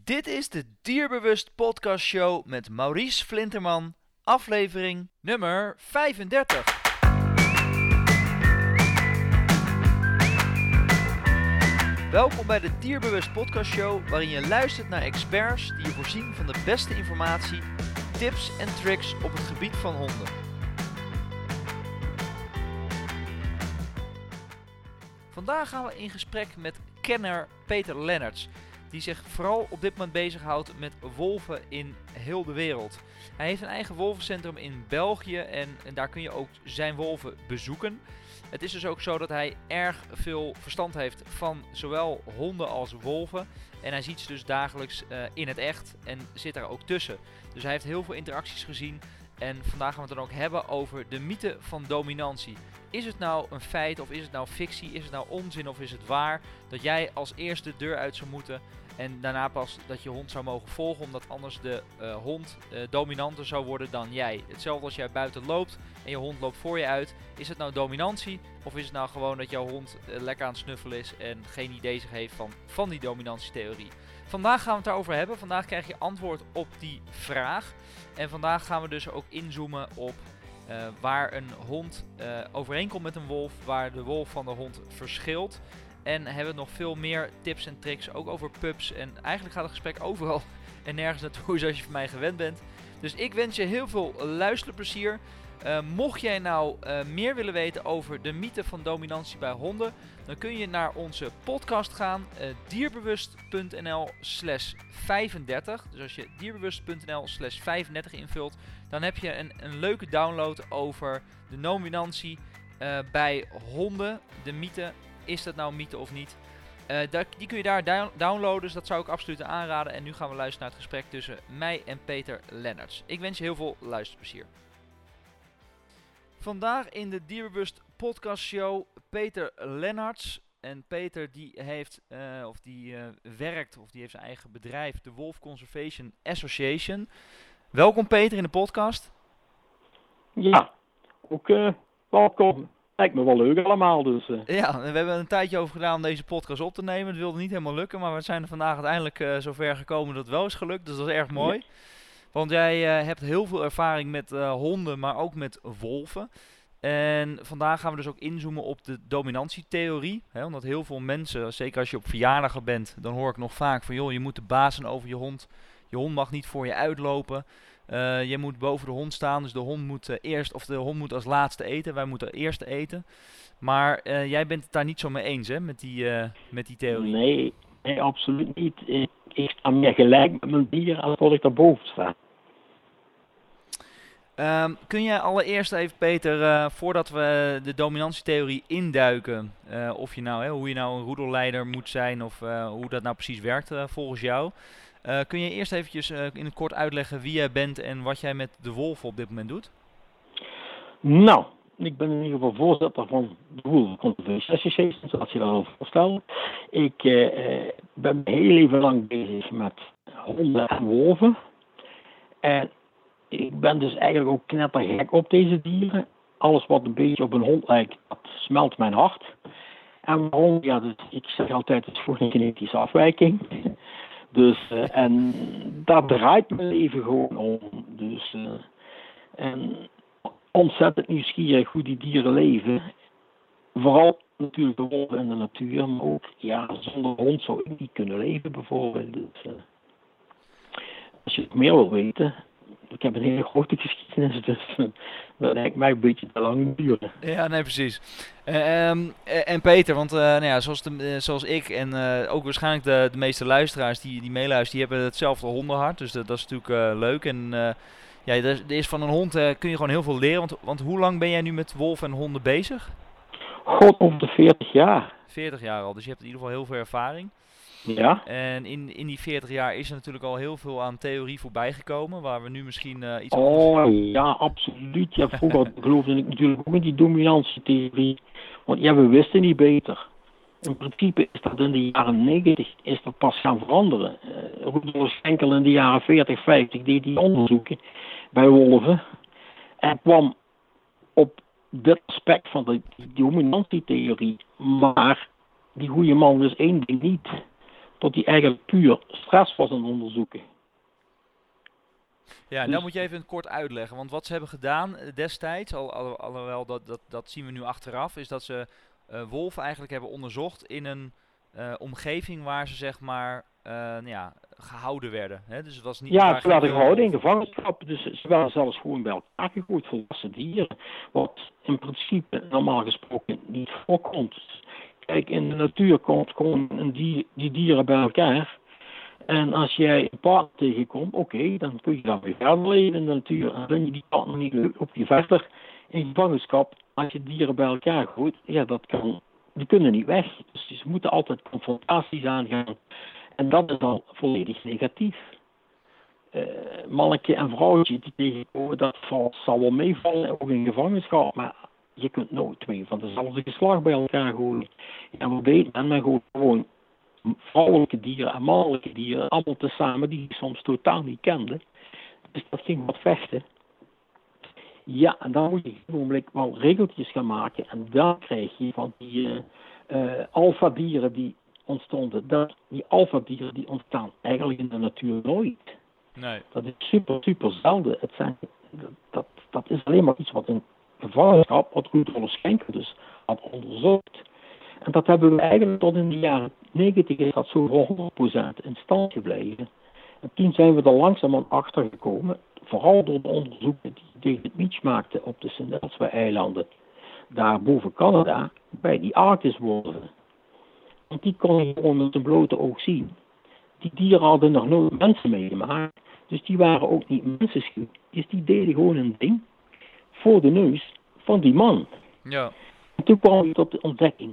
Dit is de Dierbewust Podcast Show met Maurice Flinterman, aflevering nummer 35. Welkom bij de Dierbewust Podcast Show, waarin je luistert naar experts die je voorzien van de beste informatie, tips en tricks op het gebied van honden. Vandaag gaan we in gesprek met kenner Peter Lennerts, die zich vooral op dit moment bezighoudt met wolven in heel de wereld. Hij heeft een eigen wolvencentrum in België en daar kun je ook zijn wolven bezoeken. Het is dus ook zo dat hij erg veel verstand heeft van zowel honden als wolven. En hij ziet ze dus dagelijks in het echt en zit daar ook tussen. Dus hij heeft heel veel interacties gezien. En vandaag gaan we het dan ook hebben over de mythe van dominantie. Is het nou een feit of is het nou fictie? Is het nou onzin of is het waar? Dat jij als eerste de deur uit zou moeten en daarna pas dat je hond zou mogen volgen, omdat anders de hond dominanter zou worden dan jij. Hetzelfde als jij buiten loopt en je hond loopt voor je uit. Is het nou dominantie of is het nou gewoon dat jouw hond lekker aan het snuffelen is en geen idee zich heeft van die dominantietheorie? Vandaag gaan we het daarover hebben. Vandaag krijg je antwoord op die vraag. En vandaag gaan we dus ook inzoomen op waar een hond overeenkomt met een wolf, waar de wolf van de hond verschilt. En hebben we nog veel meer tips en tricks, ook over pups. En eigenlijk gaat het gesprek overal en nergens naartoe zoals je van mij gewend bent. Dus ik wens je heel veel luisterplezier. Mocht jij nou meer willen weten over de mythe van dominantie bij honden, dan kun je naar onze podcast gaan, dierbewust.nl/35. Dus als je dierbewust.nl/35 invult, dan heb je een leuke download over de dominantie bij honden. De mythe, is dat nou een mythe of niet? Die kun je daar downloaden, dus dat zou ik absoluut aanraden. En nu gaan we luisteren naar het gesprek tussen mij en Peter Lennerts. Ik wens je heel veel luisterplezier. Vandaag in de Dierbewust Podcast Show Peter Lennerts. En Peter die heeft, die heeft zijn eigen bedrijf, de Wolf Conservation Association. Welkom Peter in de podcast. Ja, ook welkom. Lijkt me wel leuk allemaal. Dus, Ja, we hebben een tijdje over gedaan om deze podcast op te nemen. Het wilde niet helemaal lukken, maar we zijn er vandaag uiteindelijk zover gekomen dat het wel is gelukt. Dus dat is erg mooi. Ja. Want jij hebt heel veel ervaring met honden, maar ook met wolven. En vandaag gaan we dus ook inzoomen op de dominantietheorie. Omdat heel veel mensen, zeker als je op verjaardagen bent, dan hoor ik nog vaak van joh, je moet de baas zijn over je hond. Je hond mag niet voor je uitlopen. Je moet boven de hond staan, dus de hond moet eerst, of de hond moet als laatste eten. Wij moeten eerst eten. Maar jij bent het daar niet zo mee eens, hè, met die theorie? Nee, absoluut niet. Ik sta meer gelijk met mijn dier als dat ik daarboven sta. Kun jij allereerst even, Peter, voordat we de dominantietheorie induiken, hoe je nou een roedelleider moet zijn of hoe dat nou precies werkt volgens jou. Kun je eerst eventjes in het kort uitleggen wie jij bent en wat jij met de wolven op dit moment doet? Nou, ik ben in ieder geval voorzitter van de Wolf Conservation Association, zoals je wel voorstelt. Ik ben heel even lang bezig met honden en wolven. En ik ben dus eigenlijk ook knettergek op deze dieren. Alles wat een beetje op een hond lijkt, dat smelt mijn hart. En waarom? Ja, dus ik zeg altijd, het is voor een genetische afwijking. Dus, en daar draait mijn leven gewoon om. Dus, en ontzettend nieuwsgierig hoe die dieren leven. Vooral natuurlijk de wolven in de natuur, maar ook, ja, zonder hond zou ik niet kunnen leven bijvoorbeeld. Dus, als je het meer wil weten, ik heb een hele grote geschiedenis, dus dat lijkt mij een beetje te lang duren. Ja, nee, precies. En Peter, want zoals ik en ook waarschijnlijk de meeste luisteraars die meeluisteren, die hebben hetzelfde hondenhart. Dus dat is natuurlijk leuk. En er is van een hond kun je gewoon heel veel leren. Want hoe lang ben jij nu met wolven en honden bezig? God, op de 40 jaar. 40 jaar al, dus je hebt in ieder geval heel veel ervaring. Ja. En in die 40 jaar is er natuurlijk al heel veel aan theorie voorbij gekomen, waar we nu misschien iets anders... ja, absoluut. Ja, vroeger geloofde ik natuurlijk ook in die dominantietheorie. Want ja, we wisten niet beter. In principe is dat in de jaren 90 is dat pas gaan veranderen. Rudolf Schenkel in de jaren 40, 50 deed die onderzoeken bij wolven. En kwam op dit aspect van de dominantietheorie. Maar die goede man wist één ding niet. tot hij eigenlijk puur stress was aan het onderzoeken. Ja, en dan moet je even kort uitleggen. Want wat ze hebben gedaan destijds, alhoewel dat zien we nu achteraf, is dat ze wolven eigenlijk hebben onderzocht in een omgeving waar ze zeg maar gehouden werden. Hè? Dus het was niet. Ja, ze werden gehouden in gevangenschap. Dus ze werden zelfs gewoon bij elkaar gegooid, volwassen dieren. Wat in principe normaal gesproken niet voorkomt. Kijk, in de natuur komt gewoon die dieren bij elkaar. En als jij een partner tegenkomt, oké, dan kun je dan weer verder leven in de natuur. En vind je die partner niet leuk, op je verder in gevangenschap. Als je dieren bij elkaar gooit, ja, die kunnen niet weg. Dus ze moeten altijd confrontaties aangaan. En dat is dan volledig negatief. Mannetje en vrouwtje die tegenkomen, dat zal wel meevallen, ook in gevangenschap. Maar je kunt nooit twee van dezelfde geslacht bij elkaar gooien. En we weten, men gewoon vrouwelijke dieren en mannelijke dieren, allemaal tezamen, die ik soms totaal niet kende. Dus dat ging wat vechten. Ja, en dan moet je op een ogenblik wel regeltjes gaan maken. En dan krijg je van die alfa-dieren die ontstonden. Die alfa-dieren die ontstaan eigenlijk in de natuur nooit. Nee. Dat is super zelden. Dat is alleen maar iets wat in gevangenschap, wat Rudolf Schenker dus had onderzocht. En dat hebben we eigenlijk tot in de jaren 90 is dat zo voor 100% in stand gebleven. En toen zijn we er langzaam achter gekomen, vooral door de onderzoeken die David Mitch maakte op de St. Elsewhere-eilanden, daar boven Canada, bij die Arctiswolven. Want die kon je gewoon met een blote oog zien. Die dieren hadden nog nooit mensen meegemaakt, dus die waren ook niet mensenschuw. Dus die deden gewoon een ding voor de neus van die man. Ja. En toen kwam je tot de ontdekking,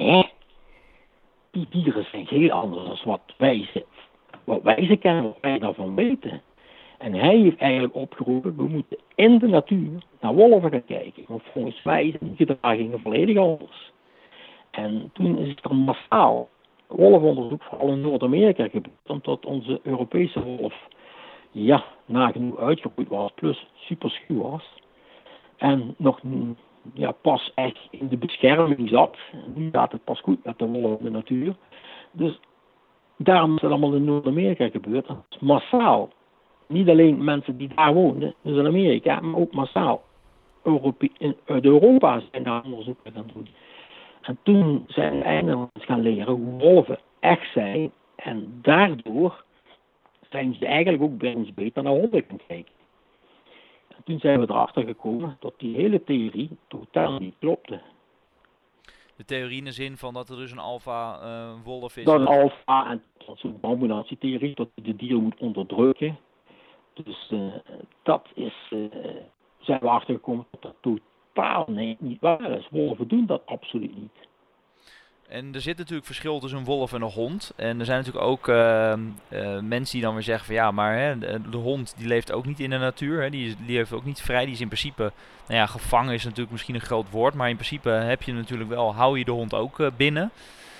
die dieren zijn heel anders dan wat wij ze kennen, wat wij daarvan weten. En hij heeft eigenlijk opgeroepen, we moeten in de natuur naar wolven gaan kijken. Want volgens mij zijn die gedragingen volledig anders. En toen is het dan massaal wolfonderzoek, vooral in Noord-Amerika gebeurd, omdat onze Europese wolf, nagenoeg uitgegroeid was, plus super schuw was. En nog pas echt in de bescherming zat. Nu gaat het pas goed met de wolf in de natuur. Dus daarom is het allemaal in Noord-Amerika gebeurd. Massaal. Niet alleen mensen die daar woonden, dus in Amerika, maar ook massaal. Uit Europa zijn daar onderzoeken gaan doen. En toen zijn we eindelijk gaan leren hoe wolven echt zijn. En daardoor zijn ze eigenlijk ook bij ons beter naar honden gaan kijken. En toen zijn we erachter gekomen dat die hele theorie totaal niet klopte. De theorie in de zin van dat er dus een alfa wolf is. Dat een alfa en dat is een combinatietheorie, dat je de dier moet onderdrukken. Dus dat is, zijn we achtergekomen dat dat totaal niet waar is. Wolven doen dat absoluut niet. En er zit natuurlijk verschil tussen een wolf en een hond. En er zijn natuurlijk ook mensen die dan weer zeggen van ja, maar hè, de hond die leeft ook niet in de natuur. Hè, die leeft ook niet vrij. Die is in principe, gevangen is natuurlijk misschien een groot woord. Maar in principe heb je natuurlijk wel, hou je de hond ook binnen.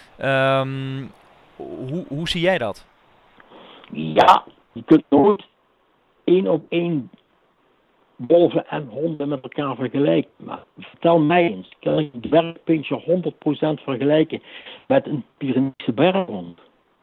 Hoe zie jij dat? Ja, je kunt nooit 1 op 1 wolven en honden met elkaar vergelijken. Maar vertel mij eens, kan ik een dwergpinscher 100% vergelijken met een Pyreneese berghond?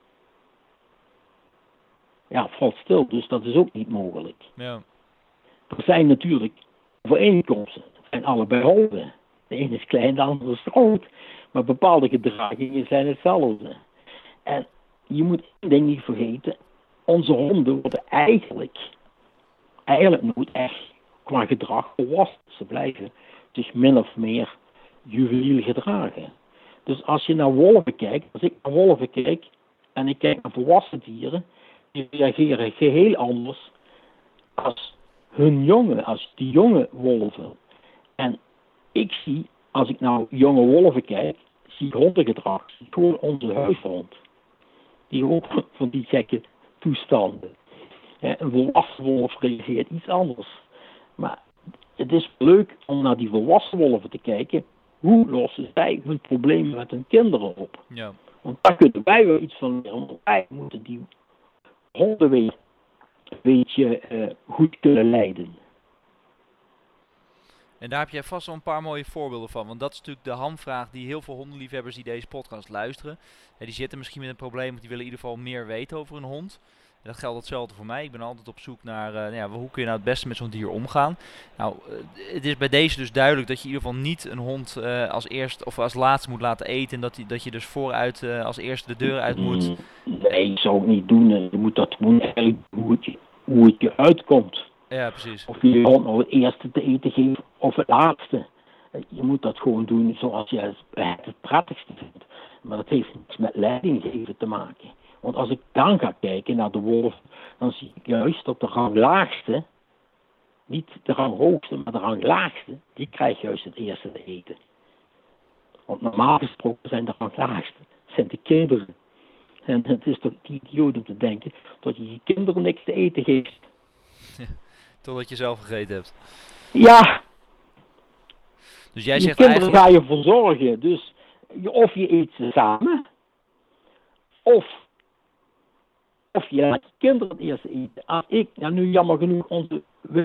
Ja, valt stil, dus dat is ook niet mogelijk. Ja. Er zijn natuurlijk overeenkomsten. Het zijn allebei honden. De ene is klein, de andere is groot. Maar bepaalde gedragingen zijn hetzelfde. En je moet één ding niet vergeten. Onze honden worden eigenlijk nooit echt qua gedrag volwassen. Ze blijven dus min of meer juveniel gedragen. Dus als je naar wolven kijkt, als ik naar wolven kijk en ik kijk naar volwassen dieren, die reageren geheel anders als hun jongen, als die jonge wolven. En ik zie, als ik naar jonge wolven kijk, zie ik hondengedrag. Zie ik gewoon onze huishond. Die ook van die gekke toestanden. Een volwassen wolf reageert iets anders. Maar het is leuk om naar die volwassen wolven te kijken. Hoe lossen zij hun problemen met hun kinderen op? Ja. Want daar kunnen wij wel iets van leren. Want wij moeten die honden weer een beetje goed kunnen leiden. En daar heb jij vast wel een paar mooie voorbeelden van. Want dat is natuurlijk de hamvraag die heel veel hondenliefhebbers die deze podcast luisteren. Die zitten misschien met een probleem, want die willen in ieder geval meer weten over een hond. En dat geldt hetzelfde voor mij. Ik ben altijd op zoek naar hoe kun je nou het beste met zo'n dier omgaan. Nou, het is bij deze dus duidelijk dat je in ieder geval niet een hond als eerst of als laatste moet laten eten. En dat je dus vooruit als eerste de deur uit moet. Nee, ik zou het niet doen. Je moet dat gewoon eigenlijk hoe het je uitkomt. Ja, precies. Of je hond nou het eerste te eten geeft of het laatste. Je moet dat gewoon doen zoals je het prettigste vindt. Maar dat heeft niets met leiding geven te maken. Want als ik dan ga kijken naar de wolf, dan zie ik juist op de rang laagste, niet de rang hoogste, maar de rang laagste, die krijgt juist het eerste te eten. Want normaal gesproken zijn de rang laagste, zijn de kinderen. En het is toch idioot om te denken dat je je kinderen niks te eten geeft. Totdat je zelf gegeten hebt. Ja! Dus jij je zegt kinderen eigenlijk... ga je verzorgen. Dus of je eet ze samen, of je laat je kinderen het eerst eten. Als ik, nu jammer genoeg, onze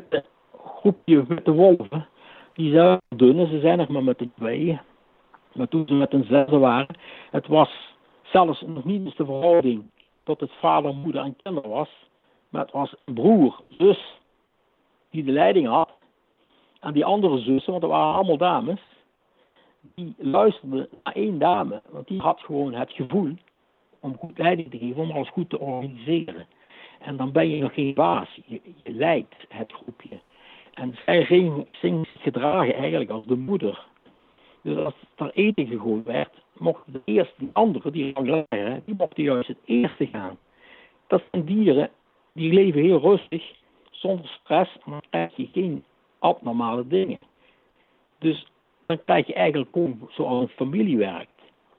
groepje witte wolven, die zijn dun en ze zijn nog maar met de tweeën. Maar toen ze met een zesde waren, het was zelfs nog niet eens de verhouding tot het vader, moeder en kinderen was. Maar het was een broer, zus, die de leiding had. En die andere zussen, want er waren allemaal dames, die luisterden naar één dame. Want die had gewoon het gevoel om goed leiding te geven, om alles goed te organiseren. En dan ben je nog geen baas, je leidt het groepje. En zij ging zich gedragen eigenlijk als de moeder. Dus als er eten gegooid werd, mochten die anderen, die lager, die mochten juist het eerste gaan. Dat zijn dieren, die leven heel rustig, zonder stress, en dan krijg je geen abnormale dingen. Dus dan krijg je eigenlijk gewoon zoals een familie werkt.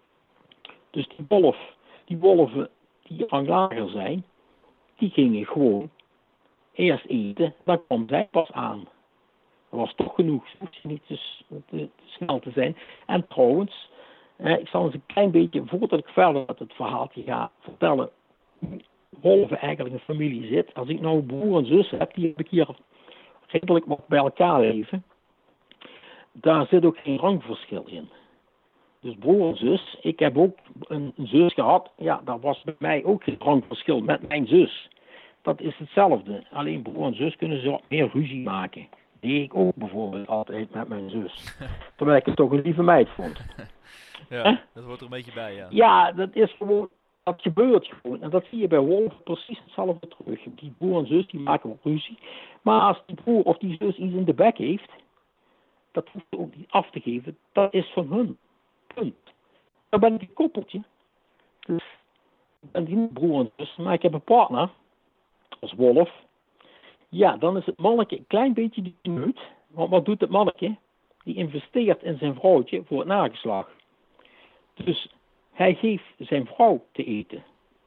Dus die wolven die lager zijn, die gingen gewoon eerst eten, dan kwam zij pas aan. Dat was toch genoeg, ze hoefde niet te snel te zijn. En trouwens, ik zal eens een klein beetje, voordat ik verder met het verhaaltje ga vertellen, hoe wolven eigenlijk een familie zit. Als ik nou een broer en zus heb, die heb ik hier redelijk wat bij elkaar leven. Daar zit ook geen rangverschil in. Dus broer en zus, ik heb ook een zus gehad, ja, daar was bij mij ook geen rangverschil met mijn zus. Dat is hetzelfde, alleen broer en zus kunnen ze wat meer ruzie maken. Deed ik ook bijvoorbeeld altijd met mijn zus. Terwijl ik het toch een lieve meid vond. Ja, dat hoort er een beetje bij, ja. Ja, dat is gewoon, dat gebeurt gewoon. En dat zie je bij wolven precies hetzelfde terug. Die broer en zus, die maken wel ruzie. Maar als die broer of die zus iets in de bek heeft, dat hoeft ze ook niet af te geven. Dat is van hun. Punt. Dan ben ik een koppeltje. Dus ik ben niet broer en zus, maar ik heb een partner, als wolf. Ja, dan is het mannetje een klein beetje die neut. Want wat doet het mannetje? Die investeert in zijn vrouwtje voor het nageslacht. Dus hij geeft zijn vrouw te eten.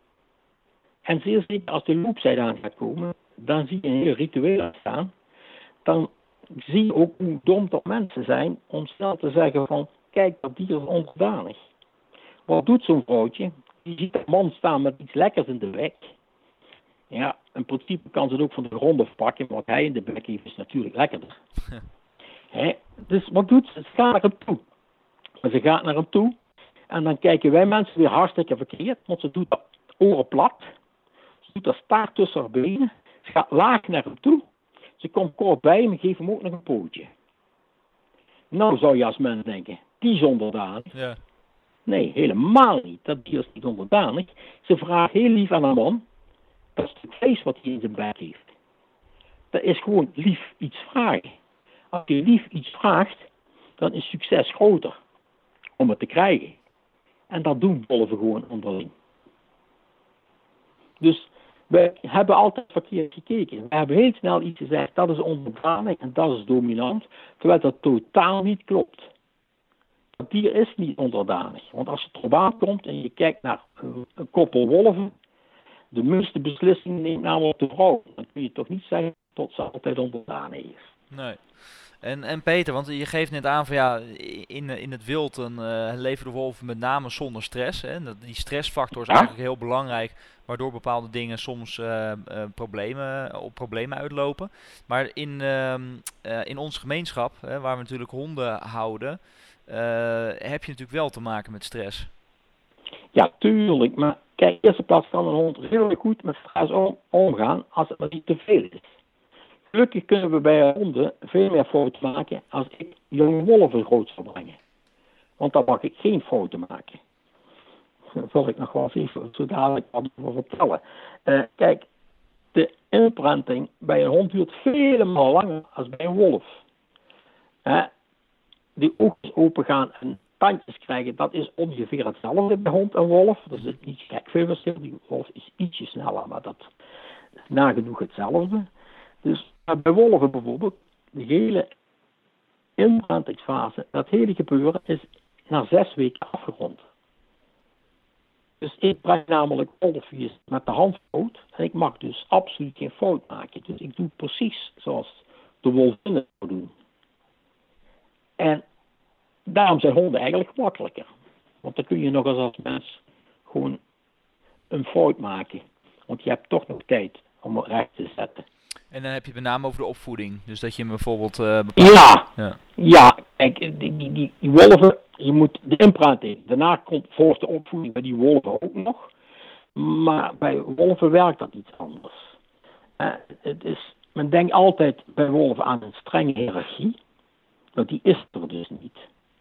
En zeer zeker als de loopzijde aan gaat komen, dan zie je een heel ritueel staan. Dan zie je ook hoe dom dat mensen zijn om snel te zeggen van, kijk, dat dier is onderdanig. Wat doet zo'n vrouwtje? Die ziet een man staan met iets lekkers in de bek. Ja, in principe kan ze het ook van de grond afpakken, maar wat hij in de bek heeft is natuurlijk lekkerder. Dus wat doet ze? Ze gaat naar hem toe. Ze gaat naar hem toe en dan kijken wij mensen weer hartstikke verkeerd, want ze doet dat oren plat. Ze doet dat staart tussen haar benen. Ze gaat laag naar hem toe. Ze komt kort bij hem en geeft hem ook nog een pootje. Nou zou je als mens denken, die is onderdanig. Ja. Nee, helemaal niet. Dat dier is niet onderdanig. Ze vraagt heel lief aan haar man, dat stuk vlees wat hij in zijn bek heeft. Dat is gewoon lief iets vragen. Als je lief iets vraagt, dan is succes groter om het te krijgen. En dat doen wolven gewoon onderling. Dus we hebben altijd verkeerd gekeken. We hebben heel snel iets gezegd, dat is onderdanig en dat is dominant, terwijl dat totaal niet klopt. Dat dier is niet onderdanig. Want als het erop aankomt en je kijkt naar een koppel wolven, de meeste beslissingen neemt namelijk de vrouw. Dan kun je toch niet zeggen dat ze altijd onderdanig is. Nee. En Peter, want je geeft net aan van ja, in het wild dan leven de wolven met name zonder stress. Hè? Die stressfactor is Ja? eigenlijk heel belangrijk, waardoor bepaalde dingen soms op problemen uitlopen. Maar in onze gemeenschap, waar we natuurlijk honden houden, heb je natuurlijk wel te maken met stress. Ja, tuurlijk. Maar kijk, in eerste plaats kan een hond heel goed met stress omgaan als het maar niet te veel is. Gelukkig kunnen we bij honden veel meer fouten maken als ik jonge wolven groot zou brengen. Want dan mag ik geen fouten maken. Daar zal ik nog wel even zo dadelijk wat over vertellen. Kijk, de inprenting bij een hond duurt vele malen langer als bij een wolf. Die oogjes open gaan en tandjes krijgen, dat is ongeveer hetzelfde bij hond en wolf. Er zit niet gek veel verschil. Die wolf is ietsje sneller, maar dat is nagenoeg hetzelfde. Dus bij wolven bijvoorbeeld, de hele inprentingsfase, dat hele gebeuren is na 6 weken afgerond. Dus ik breng namelijk wolfjes met de hand groot en ik mag dus absoluut geen fout maken. Dus ik doe precies zoals de wolvinnen zou doen. En daarom zijn honden eigenlijk makkelijker. Want dan kun je nog eens als mens gewoon een fout maken. Want je hebt toch nog tijd om het recht te zetten. En dan heb je het met name over de opvoeding. Dus dat je hem bijvoorbeeld Ja, Ja. ja. Kijk, die wolven, je moet de imprinting. Daarna volgt de opvoeding bij die wolven ook nog. Maar bij wolven werkt dat iets anders. Men denkt altijd bij wolven aan een strenge hiërarchie. Maar die is er dus niet.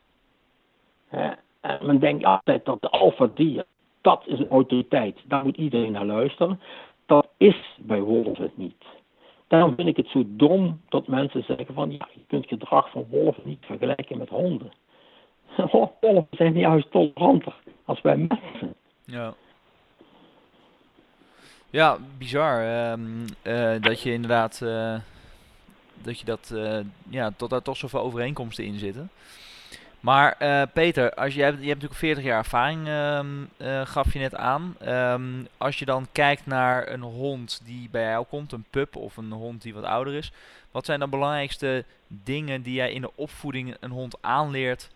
En men denkt altijd dat de alfa-dier, dat is een autoriteit. Daar moet iedereen naar luisteren. Dat is bij wolven niet. Daarom vind ik het zo dom dat mensen zeggen van ja, je kunt gedrag van wolven niet vergelijken met honden. Wolven zijn juist toleranter als wij mensen. Ja. Ja, bizar. Dat je inderdaad tot daar toch zoveel overeenkomsten in zitten. Maar Peter, je hebt natuurlijk 40 jaar ervaring, gaf je net aan. Als je dan kijkt naar een hond die bij jou komt, een pup of een hond die wat ouder is. Wat zijn dan belangrijkste dingen die jij in de opvoeding een hond aanleert,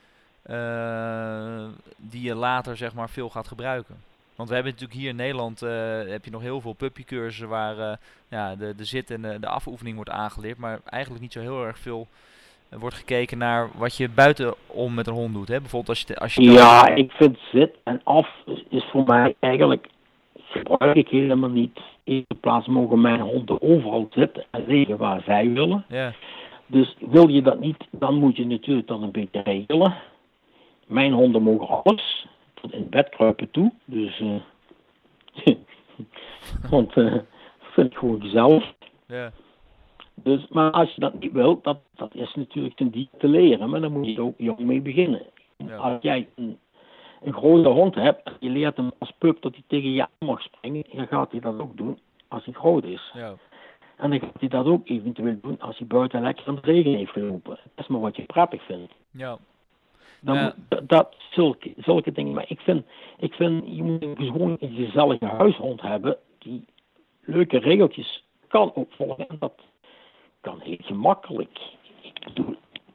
die je later zeg maar veel gaat gebruiken? Want we hebben natuurlijk hier in Nederland heb je nog heel veel puppycursussen waar de zit- en de afoefening wordt aangeleerd. Maar eigenlijk niet zo heel erg veel wordt gekeken naar wat je buitenom met een hond doet. Hè? Bijvoorbeeld als je Ja, ik vind zit en af is voor mij eigenlijk, gebruik ik helemaal niet. In de plaats mogen mijn honden overal zitten en liggen waar zij willen. Ja. Dus wil je dat niet, dan moet je natuurlijk dan een beetje regelen. Mijn honden mogen alles, tot in het bed kruipen toe. Dus, want dat vind ik gewoon gezellig. Ja. Dus, maar als je dat niet wilt, dat is natuurlijk ten diep te leren. Maar dan moet je er ook jong mee beginnen. Ja. Als jij een grote hond hebt en je leert hem als pup dat hij tegen je aan mag springen, dan gaat hij dat ook doen als hij groot is. Ja. En dan gaat hij dat ook eventueel doen als hij buiten lekker in de regen heeft gelopen. Dat is maar wat je prettig vindt. Ja. Dan zulke dingen. Maar ik vind, je moet gewoon een gezellige huishond hebben die leuke regeltjes kan opvolgen. En dat kan heel gemakkelijk. Ik bedoel,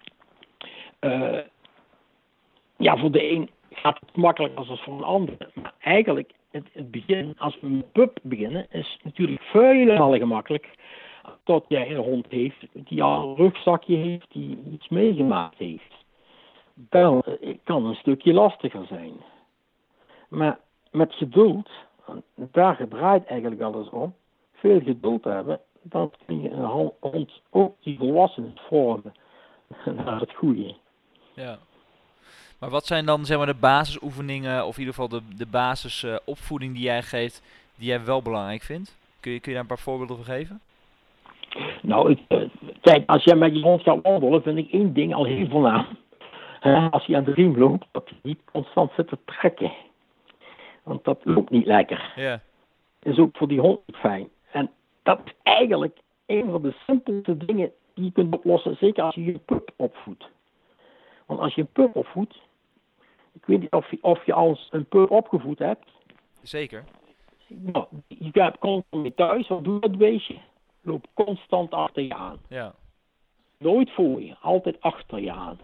voor de een gaat het makkelijker als voor een ander. Maar eigenlijk, het begin, als we met pup beginnen, is natuurlijk vele malen gemakkelijk. Tot jij een hond heeft die al een rugzakje heeft, die iets meegemaakt heeft. Dan kan een stukje lastiger zijn. Maar met geduld, daar draait eigenlijk alles om, veel geduld hebben, dan kun je een hond ook die volwassenen vormen naar het goede. Ja. Maar wat zijn dan zeg maar de basisoefeningen, of in ieder geval de basisopvoeding die jij geeft, die jij wel belangrijk vindt? Kun je daar een paar voorbeelden van geven? Nou, kijk, als jij met je hond gaat wandelen, vind ik één ding al heel voornaam. Als hij aan de riem loopt, dat hij niet constant zit te trekken. Want dat loopt niet lekker. Ja. Is ook voor die hond niet fijn. En dat is eigenlijk een van de simpelste dingen die je kunt oplossen, zeker als je je pup opvoedt. Want als je een pup opvoedt, ik weet niet of je als een pup opgevoed hebt. Zeker. Nou, je hebt constant mee thuis, wat doet dat beestje? Loopt constant achter je aan. Ja. nooit voor je, altijd achter je aan.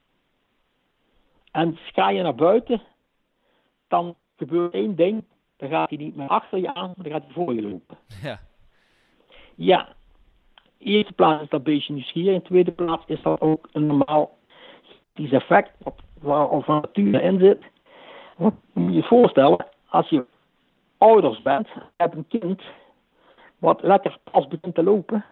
En ga je naar buiten, dan gebeurt één ding, dan gaat hij niet meer achter je aan, maar dan gaat hij voor je lopen. Ja. Ja, in eerste plaats is dat een beetje nieuwsgierig, in tweede plaats is dat ook een normaal effect, waar al van nature in zit. Want je moet je voorstellen, als je ouders bent, hebt een kind wat lekker pas begint te lopen,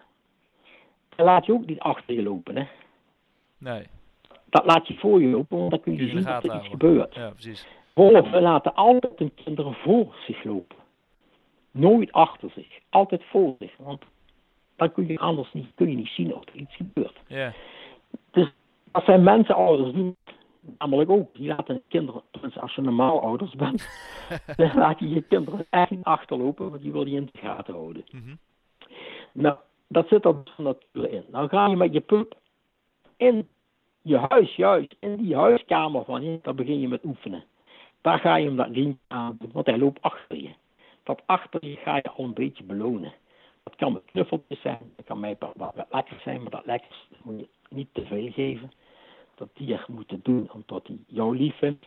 dan laat je ook niet achter je lopen. Hè? Nee. Dat laat je voor je lopen, want dan kun je Kun je in de zien dat er gaten iets houden. gebeurt. Ja, precies. Wolven laten altijd hun kinderen voor zich lopen. Nooit achter zich, altijd voor zich. Want dan kun je anders niet zien of er iets gebeurt. Ja. Dus dat zijn mensenouders doen namelijk ook. Die laten hun kinderen, tenminste als je normaal ouders bent, dan laat je je kinderen echt niet achterlopen, want die wil je in de gaten houden. Mhm. Nou, dat zit er van nature in. Nou ga je met je pup in je huis, juist in die huiskamer van je, dan begin je met oefenen. Daar ga je hem dat riempje aan doen, want hij loopt achter je. Dat achter je ga je al een beetje belonen. Dat kan met knuffeltjes zijn, dat kan mij wat lekker zijn, maar dat lekkers moet je niet te veel geven. Dat dier moet het doen omdat hij jou lief vindt.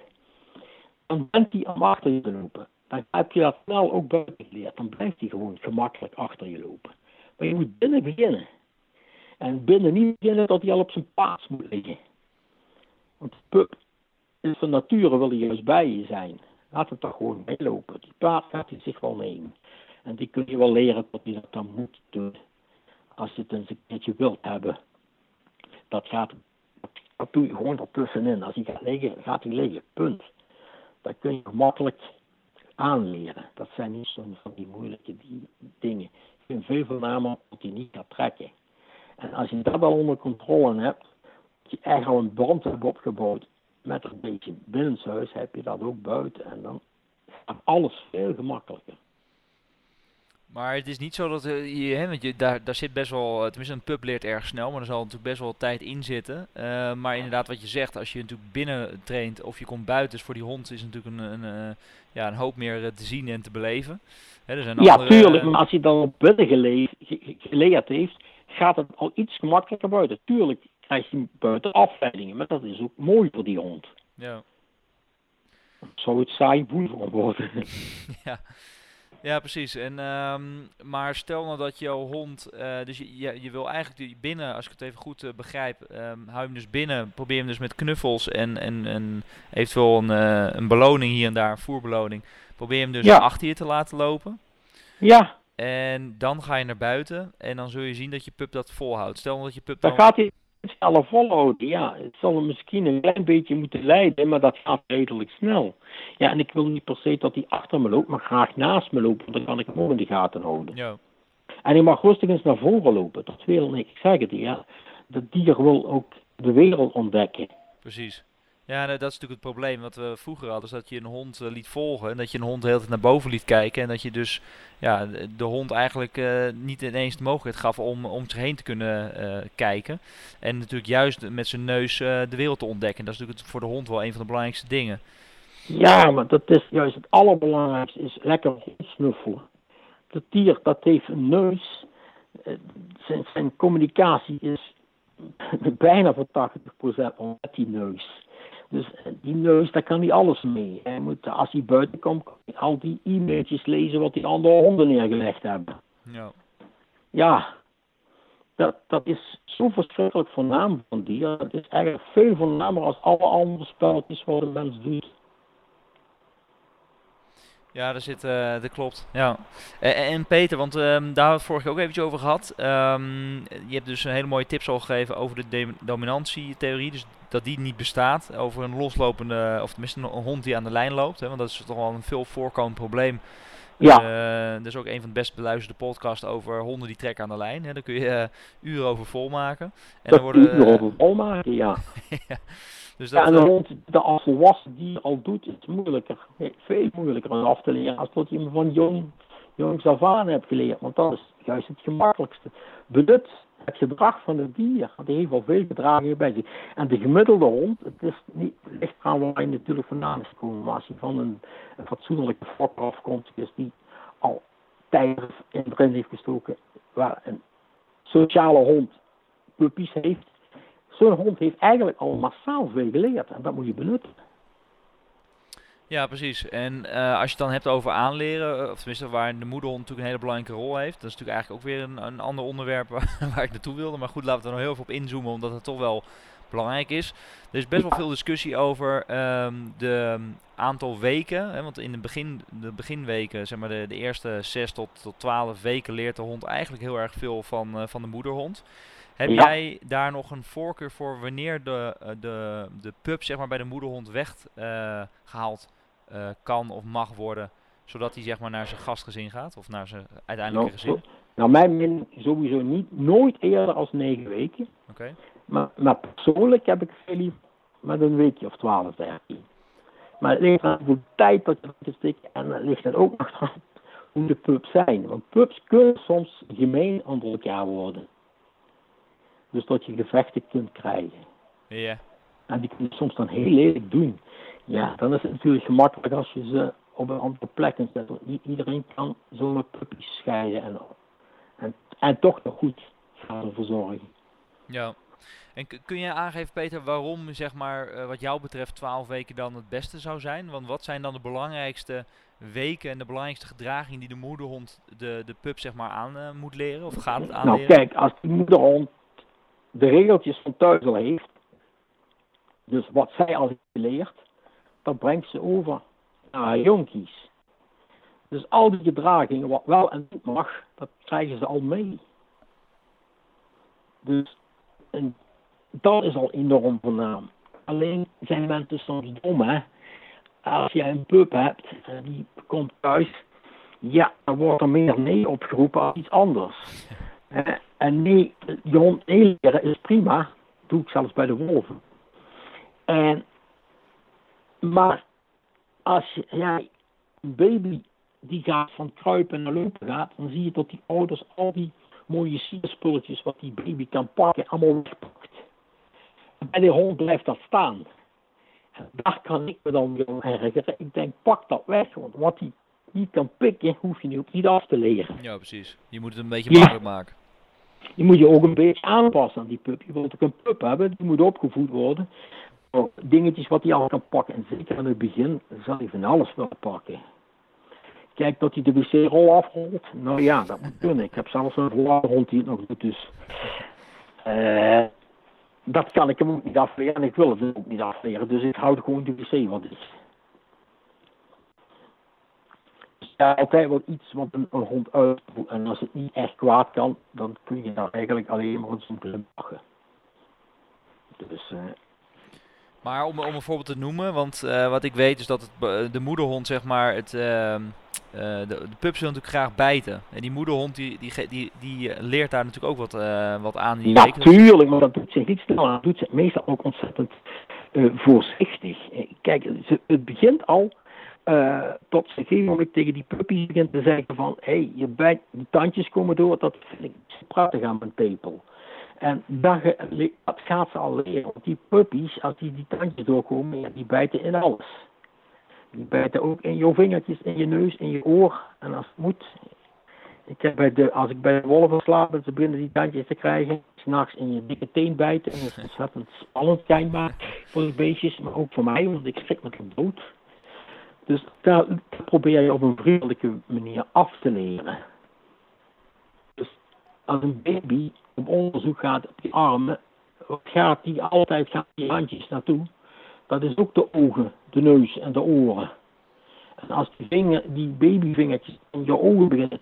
Dan bent hij om achter je te lopen. Dan heb je dat snel ook buiten geleerd. Dan blijft hij gewoon gemakkelijk achter je lopen. Maar je moet binnen beginnen. En binnen niet beginnen dat hij al op zijn paas moet liggen. Want de pup is van nature wil hij juist bij je zijn. Laat hem toch gewoon meelopen. Die paard gaat hij zich wel nemen. En die kun je wel leren dat hij dat dan moet doen. Als je het eens een keertje wilt hebben. Dat doe je gewoon ertussenin. Als hij gaat liggen, gaat hij liggen. Punt. Dat kun je gemakkelijk aanleren. Dat zijn niet zo van die moeilijke dingen. Je kunt veel voornamer dat hij niet gaat trekken. En als je dat al onder controle hebt, dat je echt al een band hebt opgebouwd met een beetje binnenshuis, heb je dat ook buiten. En dan gaat alles veel gemakkelijker. Maar het is niet zo dat want daar zit best wel, tenminste een pup leert erg snel, maar er zal natuurlijk best wel tijd in zitten. Maar inderdaad wat je zegt, als je natuurlijk binnen traint of je komt buiten, is voor die hond is natuurlijk een hoop meer te zien en te beleven. Hè, er zijn andere, tuurlijk, maar als hij dan op binnen geleerd heeft, gaat het al iets gemakkelijker buiten. Tuurlijk krijg je buiten afleidingen, maar dat is ook mooi voor die hond. Ja. Zou het saai boel worden. Ja. Ja, precies. En, maar stel nou dat jouw hond, dus je wil eigenlijk binnen, als ik het even goed begrijp, hou je hem dus binnen, probeer hem dus met knuffels en eventueel een beloning hier en daar, een voerbeloning, probeer hem dus achter je te laten lopen. Ja. En dan ga je naar buiten en dan zul je zien dat je pup dat volhoudt. Stel nou dat je pup dan... Dan gaat hij sneller volhouden, ja. Het zal hem misschien een klein beetje moeten leiden, maar dat gaat redelijk snel. Ja, en ik wil niet per se dat hij achter me loopt, maar graag naast me loopt, want dan kan ik hem ook in de gaten houden. Ja. En hij mag rustig eens naar voren lopen, dat wil ik zeg het, ja. Dat dier wil ook de wereld ontdekken. Precies. Ja, dat is natuurlijk het probleem wat we vroeger hadden, is dat je een hond liet volgen en dat je een hond de hele tijd naar boven liet kijken en dat je dus de hond eigenlijk niet ineens de mogelijkheid gaf om zich heen te kunnen kijken. En natuurlijk juist met zijn neus de wereld te ontdekken. Dat is natuurlijk voor de hond wel een van de belangrijkste dingen. Ja, maar dat is juist het allerbelangrijkste, is lekker rondsnuffelen. Dat dier, dat heeft een neus, zijn communicatie is bijna voor 80% met die neus. Dus die neus, daar kan hij alles mee. Hij moet, als hij buiten komt, kan hij al die e-mailtjes lezen wat die andere honden neergelegd hebben. Ja. Ja, dat is zo verschrikkelijk voornaam van dieren. Dat is eigenlijk veel voornamer als alle andere spelletjes wat een mens doet. Ja, dat klopt. Ja. En Peter, want daar hebben we het vorige keer ook eventjes over gehad. Je hebt dus een hele mooie tips al gegeven over de dominantietheorie. Dus dat die niet bestaat. Over een loslopende, of tenminste een hond die aan de lijn loopt. Hè, want dat is toch wel een veel voorkomend probleem. Ja. Dat is ook een van de best beluisterde podcasts over honden die trekken aan de lijn. Hè. Daar kun je uren over volmaken. En dat dan worden uren over volmaken, ja. ja. Dus dat, en een hond dat als volwassen dier al doet, is moeilijker. Veel moeilijker om af te leren als dat je hem van jongs af aan hebt geleerd. Want dat is juist het gemakkelijkste. Benut het gedrag van het dier. Want die heeft al veel gedragen bij zich. En de gemiddelde hond, het is niet licht aan waar je natuurlijk vandaan is gekomen. Maar als je van een fatsoenlijke fokker afkomt, dus die al tijden erin heeft gestoken, waar een sociale hond puppies heeft. Zo'n hond heeft eigenlijk al massaal veel geleerd en dat moet je benutten. Ja, precies. En als je het dan hebt over aanleren, of tenminste waar de moederhond natuurlijk een hele belangrijke rol heeft. Dat is natuurlijk eigenlijk ook weer een ander onderwerp waar ik naartoe wilde. Maar goed, laten we er nog heel veel op inzoomen, omdat het toch wel belangrijk is. Er is best wel veel discussie over de aantal weken. Hè, want in de beginweken, zeg maar de eerste 6 tot 12 weken, leert de hond eigenlijk heel erg veel van de moederhond. Heb jij daar nog een voorkeur voor wanneer de pup zeg maar, bij de moederhond weggehaald kan of mag worden, zodat hij zeg maar, naar zijn gastgezin gaat of naar zijn uiteindelijke gezin? Nou, mijn mening sowieso nooit eerder als 9 weken. Okay. Maar persoonlijk heb ik veel liever met een weekje of 12, 13. Maar het ligt aan hoeveel tijd dat je erin stikt en het ligt dan ook nog aan hoe de pups zijn. Want pups kunnen soms gemeen onder elkaar worden. Dus dat je gevechten kunt krijgen. Ja. Yeah. En die kunnen soms dan heel lelijk doen. Ja, dan is het natuurlijk gemakkelijk als je ze op een andere plek zet. Want niet iedereen kan zomaar puppies scheiden en toch nog goed gaan ervoor zorgen. Ja. En kun je aangeven, Peter, waarom zeg maar wat jou betreft 12 weken dan het beste zou zijn? Want wat zijn dan de belangrijkste weken en de belangrijkste gedragingen die de moederhond de pup zeg maar aan moet leren of gaat aanleren? Nou kijk, als die moederhond de regeltjes van thuis al heeft, dus wat zij al heeft geleerd, dan brengt ze over naar haar jonkies. Dus al die gedragingen, wat wel en niet mag, dat krijgen ze al mee. Dus en dat is al enorm voornaam. Alleen zijn mensen soms dom, hè. Als jij een pup hebt en die komt thuis, ja, dan wordt er meer nee opgeroepen als iets anders. En nee, je hond leren is prima. Dat doe ik zelfs bij de wolven. Maar als jij een baby die gaat van kruipen naar lopen gaat, dan zie je dat die ouders al die mooie sierspulletjes wat die baby kan pakken, allemaal wegpakt. En bij de hond blijft dat staan. En daar kan ik me dan weer om ergeren. Ik denk, pak dat weg, want wat hij niet kan pikken, hoef je nu ook niet af te leren. Ja, precies. Je moet het een beetje makkelijk maken. Je moet je ook een beetje aanpassen aan die pup. Je wilt ook een pup hebben, die moet opgevoed worden. Dingetjes wat hij al kan pakken. En zeker aan het begin zal hij van alles willen pakken. Kijk dat hij de wc-rol afrolt. Nou ja, dat moet kunnen. Ik heb zelfs een volwassen hond die het nog doet. Dus dat kan ik hem ook niet afleren. En ik wil het ook niet afleren. Dus ik houd gewoon de wc wat is. Dus ja, altijd wel iets wat een hond uitvoert. En als het niet echt kwaad kan, dan kun je daar eigenlijk alleen maar eens om kunnen lachen. Dus... Maar om een voorbeeld te noemen, want wat ik weet is dat de moederhond zeg maar de pups wil natuurlijk graag bijten. En die moederhond die leert daar natuurlijk ook wat aan in die weken. Natuurlijk, maar dat doet zich niet snel. Dat doet zich meestal ook ontzettend voorzichtig. Kijk, het begint al tot ze op een gegeven moment tegen die puppies begint te zeggen van hé, je bijt, die tandjes komen door, dat vind ik prettig aan mijn tepel. En dat gaat ze al leren. Want die puppies, als die tandjes doorkomen, ja, die bijten in alles. Die bijten ook in je vingertjes, in je neus, in je oor. En als het moet. Als ik bij de wolven slaap en ze beginnen die tandjes te krijgen, 's nachts in je dikke teen bijten. En dat is ontzettend spannend schijnbaar voor de beestjes, maar ook voor mij, want ik schrik met de dood. Dus daar probeer je op een vriendelijke manier af te leren. Dus als een baby op onderzoek gaat op die armen, gaat die handjes naartoe. Dat is ook de ogen, de neus en de oren. En als die babyvingertjes in je ogen beginnen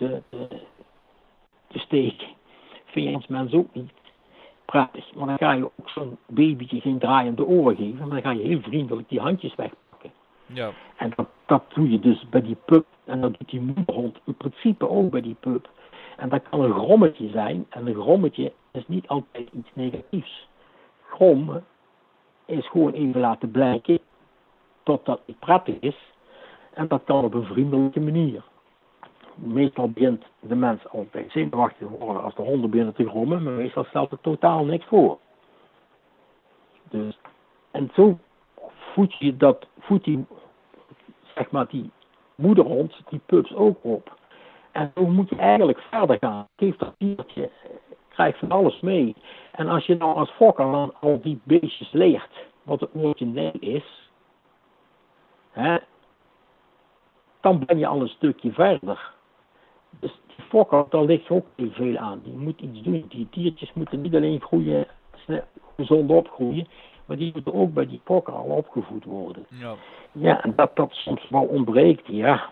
te steken, vind je als mens ook niet prettig. Maar dan ga je ook zo'n babytje geen draaiende oren geven, maar dan ga je heel vriendelijk die handjes wegpakken. Ja. En dat doe je dus bij die pup. En dat doet die moederhond in principe ook bij die pup. En dat kan een grommetje zijn. En een grommetje is niet altijd iets negatiefs. Grommen is gewoon even laten blijken totdat het prettig is. En dat kan op een vriendelijke manier. Meestal begint de mens altijd zenuwachtig te worden als de honden beginnen te grommen. Maar meestal stelt het totaal niks voor. Dus, en zo voedt die zeg maar die moederhond, die pups ook op. En zo moet je eigenlijk verder gaan. Geef dat diertje, krijgt van alles mee. En als je nou als fokker dan al die beestjes leert wat het woordje nee is, hè, dan ben je al een stukje verder. Dus die fokker, daar ligt ook heel veel aan. Die moet iets doen. Die diertjes moeten niet alleen groeien, gezond opgroeien, maar die moeten ook bij die fokker al opgevoed worden. Ja. Ja, en dat soms wel ontbreekt, ja.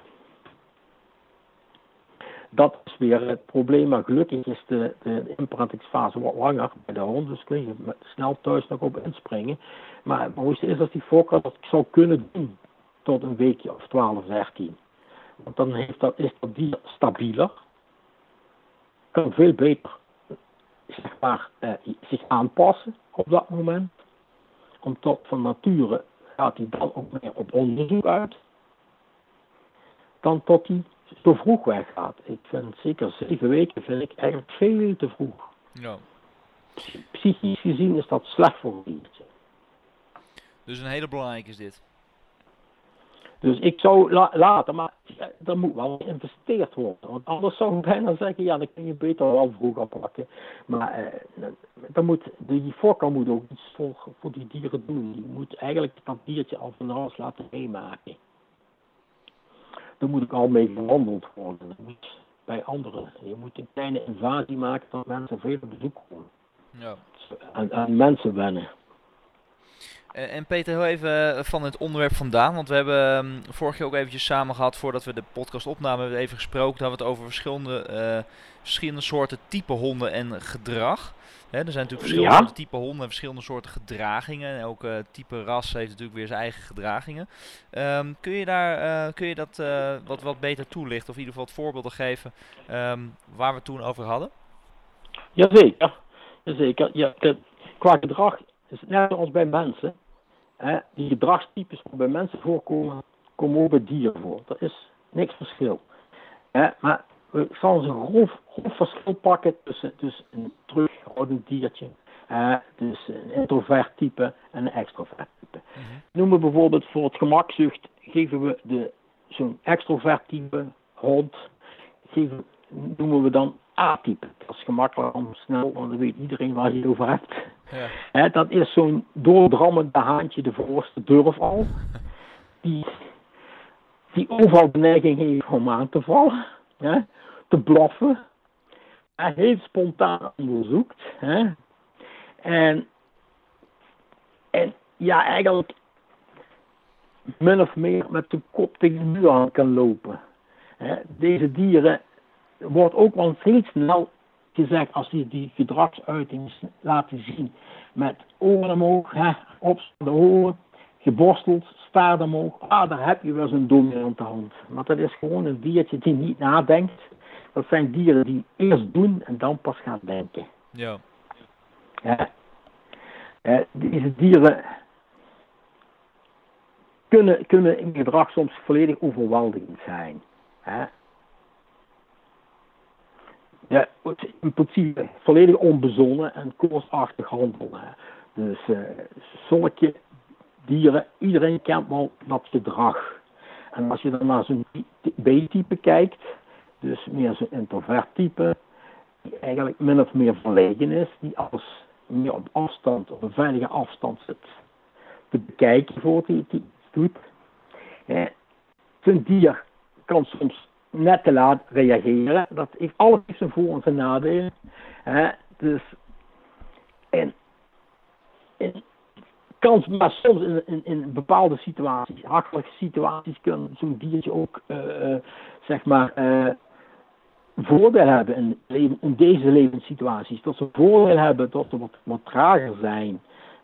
Dat is weer het probleem, maar gelukkig is de inprintingsfase wat langer bij de hond, dus kun je snel thuis nog op inspringen. Maar het mooiste is dat die fokker dat zou kunnen doen tot een weekje of 12, 13. Want dan is dat dier stabieler, kan veel beter zeg maar, zich aanpassen op dat moment. Omdat van nature gaat hij dan ook meer op onderzoek uit, dan tot hij zo vroeg weggaat. Ik vind zeker 7 weken vind ik eigenlijk veel te vroeg. Ja. Psychisch gezien is dat slecht voor een diertje. Dus een hele belangrijke is dit. Dus ik zou laten, maar er moet wel geïnvesteerd worden. Want anders zou ik bijna zeggen, ja, dan kun je beter wel vroeg oppakken. Maar die fokker moet ook iets voor die dieren doen. Die moet eigenlijk dat diertje al van huis laten meemaken. Daar moet ik al mee gewandeld worden. Dat moet bij anderen. Je moet een kleine invasie maken dat mensen veel op bezoek komen. Ja. Aan mensen wennen. En Peter, heel even van het onderwerp vandaan, want we hebben vorig jaar ook eventjes samen gehad voordat we de podcast opnamen, hebben we even gesproken, hadden we het over verschillende soorten type honden en gedrag. Hè, er zijn natuurlijk verschillende soorten type honden en verschillende soorten gedragingen. En elk type ras heeft natuurlijk weer zijn eigen gedragingen. Kun je dat wat beter toelichten of in ieder geval wat voorbeelden geven waar we het toen over hadden? Jazeker. Ja, qua gedrag is het net zoals bij mensen. Hè, die gedragstypes die bij mensen voorkomen, komen ook bij dieren voor. Er is niks verschil. Hè, maar we zullen een grof verschil pakken tussen een terughoudend diertje, dus een introvert type en een extrovert type. Noemen we bijvoorbeeld voor het gemakzucht, geven we zo'n extrovert type hond, noemen we dan A-type. Dat is gemakkelijk om snel, want dan weet iedereen waar je het over hebt. Ja. Dat is zo'n doordrammende haantje de voorste durf al. Die overal de neiging heeft om aan te vallen. Te blaffen. Heel spontaan onderzoekt. En ja, eigenlijk min of meer met de kop tegen de muur aan kan lopen. Deze dieren wordt ook wel heel snel gezegd als die gedragsuitingen laten zien. Met oren omhoog, opstaande oren, geborsteld, staart omhoog. Daar heb je wel zo'n dominante hond. Maar dat is gewoon een diertje die niet nadenkt. Dat zijn dieren die eerst doen en dan pas gaan denken. Ja. Deze dieren kunnen in gedrag soms volledig overweldigend zijn. Ja, in principe volledig onbezonnen en koortsachtig handelen. Dus zulke dieren, iedereen kent wel dat gedrag. En als je dan naar zo'n B-type kijkt, dus meer zo'n introvert type, die eigenlijk min of meer verlegen is, die alles meer op afstand, op een veilige afstand zit te bekijken voordat hij iets doet. Zo'n dier kan soms net te laat reageren. Dat heeft alles zijn voor- en zijn nadelen. Dus maar soms in bepaalde situaties, hachelijke situaties, kan zo'n diertje ook voordeel hebben in deze levenssituaties. Dat ze voordeel hebben, dat ze wat trager zijn.